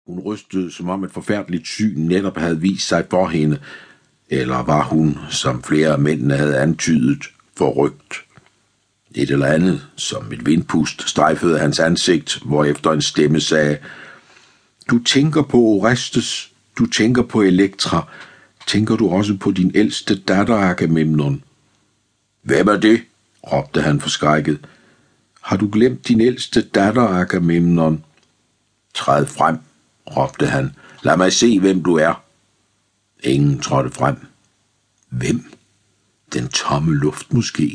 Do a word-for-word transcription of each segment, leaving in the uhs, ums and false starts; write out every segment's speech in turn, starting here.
Hun rystede, som om et forfærdeligt syn netop havde vist sig for hende, eller var hun, som flere af mændene havde antydet, forrygt. Et eller andet, som et vindpust, strejfede hans ansigt, hvorefter en stemme sagde: "Du tænker på Orestes, du tænker på Elektra, tænker du også på din ældste datter, Agamemnon?" "Hvem er det?" råbte han forskrækket. "Har du glemt din ældste datter, Agamemnon?" "Træd frem," råbte han. "Lad mig se, hvem du er." Ingen trådte frem. Hvem? Den tomme luft måske.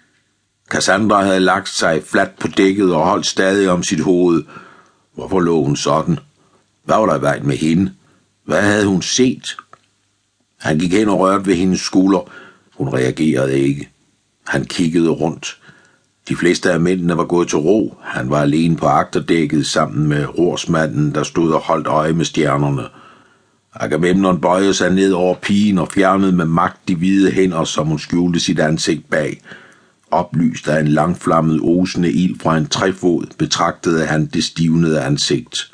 Cassandra havde lagt sig fladt på dækket og holdt stadig om sit hoved. Hvorfor lå hun sådan? Hvad var der i vejen med hende? Hvad havde hun set? Han gik hen og rørte ved hendes skulder. Hun reagerede ikke. Han kiggede rundt. De fleste af mændene var gået til ro. Han var alene på agterdækket sammen med rorsmanden, der stod og holdt øje med stjernerne. Agamemnon bøjede sig ned over pigen og fjernede med magt de hvide hænder, som hun skjulte sit ansigt bag. Oplyst af en langflammet osende ild fra en træfod, betragtede han det stivnede ansigt.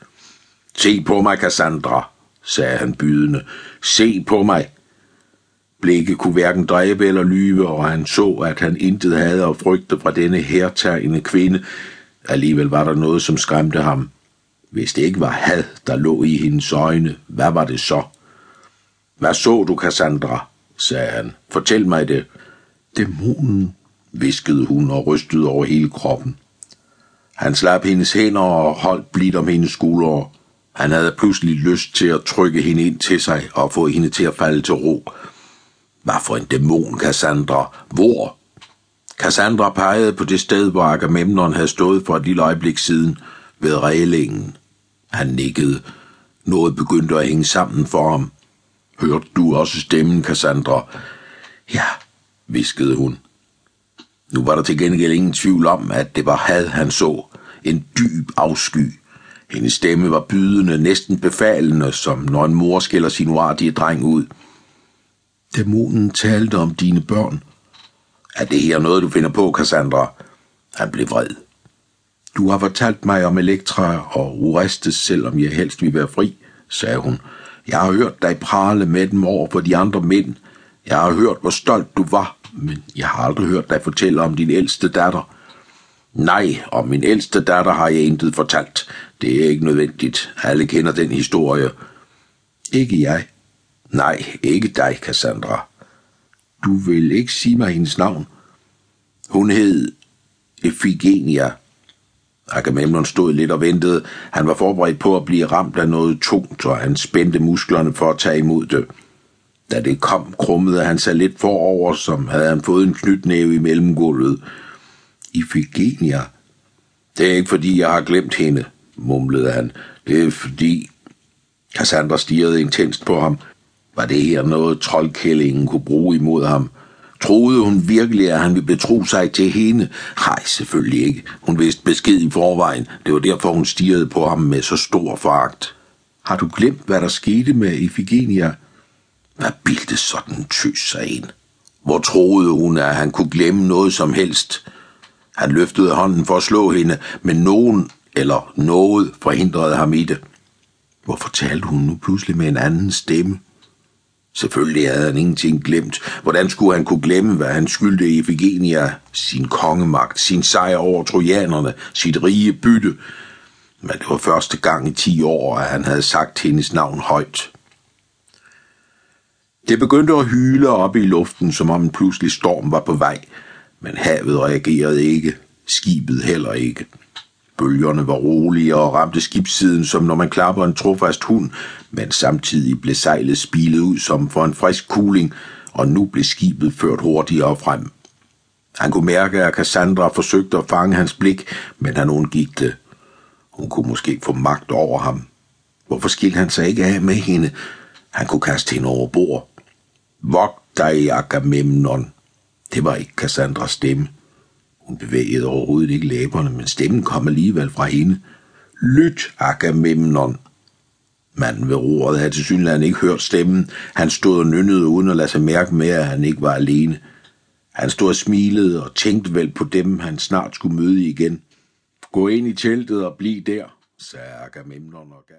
"Se på mig, Cassandra," sagde han bydende. "Se på mig." Blikket kunne hverken dræbe eller lyve, og han så, at han intet havde at frygte fra denne hertagende kvinde. Alligevel var der noget, som skræmte ham. Hvis det ikke var had, der lå i hendes øjne, hvad var det så? "Hvad så du, Cassandra?" sagde han. "Fortæl mig det." "Dæmonen," hviskede hun og rystede over hele kroppen. Han slap hendes hænder og holdt blidt om hendes skuldre. Han havde pludselig lyst til at trykke hende ind til sig og få hende til at falde til ro. "Hvad for en dæmon, Cassandra? Hvor?" Cassandra pegede på det sted, hvor Agamemnon havde stået for et lille øjeblik siden, ved rælingen. Han nikkede. Noget begyndte at hænge sammen for ham. "Hørte du også stemmen, Cassandra?" "Ja," hviskede hun. Nu var der til gengæld ingen tvivl om, at det var had, han så. En dyb afsky. Hendes stemme var bydende, næsten befalende, som når en mor skælder sin uartige dreng ud. "Dæmonen talte om dine børn." "Er det her noget, du finder på, Cassandra?" Han blev vred. "Du har fortalt mig om Elektra og Orestes, selvom jeg helst vil være fri," sagde hun. "Jeg har hørt dig prale med dem over for de andre mænd. Jeg har hørt, hvor stolt du var, men jeg har aldrig hørt dig fortælle om din ældste datter." "Nej, om min ældste datter har jeg intet fortalt. Det er ikke nødvendigt. Alle kender den historie." "Ikke jeg." "Nej, ikke dig, Cassandra." "Du vil ikke sige mig hendes navn?" "Hun hed Ifigenia." Agamemnon stod lidt og ventede. Han var forberedt på at blive ramt af noget tungt, og han spændte musklerne for at tage imod det. Da det kom, krummede han sig lidt forover, som havde han fået en knytnæve i mellemgulvet. "Ifigenia? Det er ikke fordi, jeg har glemt hende," mumlede han. "Det er fordi..." Cassandra stirrede intenst på ham. Var det her noget, troldkællingen kunne bruge imod ham? Troede hun virkelig, at han ville betro sig til hende? Nej, selvfølgelig ikke. Hun vidste besked i forvejen. Det var derfor, hun stirrede på ham med så stor foragt. "Har du glemt, hvad der skete med Ifigenia?" Hvad bildte sådan en tøs sig ind? Hvor troede hun, at han kunne glemme noget som helst? Han løftede hånden for at slå hende, men nogen eller noget forhindrede ham i det. Hvorfor talte hun nu pludselig med en anden stemme? Selvfølgelig havde han ingenting glemt. Hvordan skulle han kunne glemme, hvad han skyldte Ifigenia? Sin kongemagt, sin sejr over trojanerne, sit rige bytte. Men det var første gang i ti år, at han havde sagt hendes navn højt. Det begyndte at hyle op i luften, som om en pludselig storm var på vej. Men havet reagerede ikke. Skibet heller ikke. Bølgerne var rolige og ramte skibssiden, som når man klapper en trofast hund, men samtidig blev sejlet spilet ud som for en frisk kuling, og nu blev skibet ført hurtigere frem. Han kunne mærke, at Cassandra forsøgte at fange hans blik, men han undgik det. Hun kunne måske få magt over ham. Hvorfor skilte han sig ikke af med hende? Han kunne kaste hende over bord. "Vogt dig, Agamemnon." Det var ikke Cassandras stemme. Hun bevægede overhovedet ikke læberne, men stemmen kom alligevel fra hende. "Lyt, Agamemnon." Manden ved roret havde tilsyneladende ikke hørt stemmen. Han stod og nynnede uden at lade sig mærke med, at han ikke var alene. Han stod og smilede og tænkte vel på dem, han snart skulle møde igen. "Gå ind i teltet og bliv der," sagde Agamemnon og gav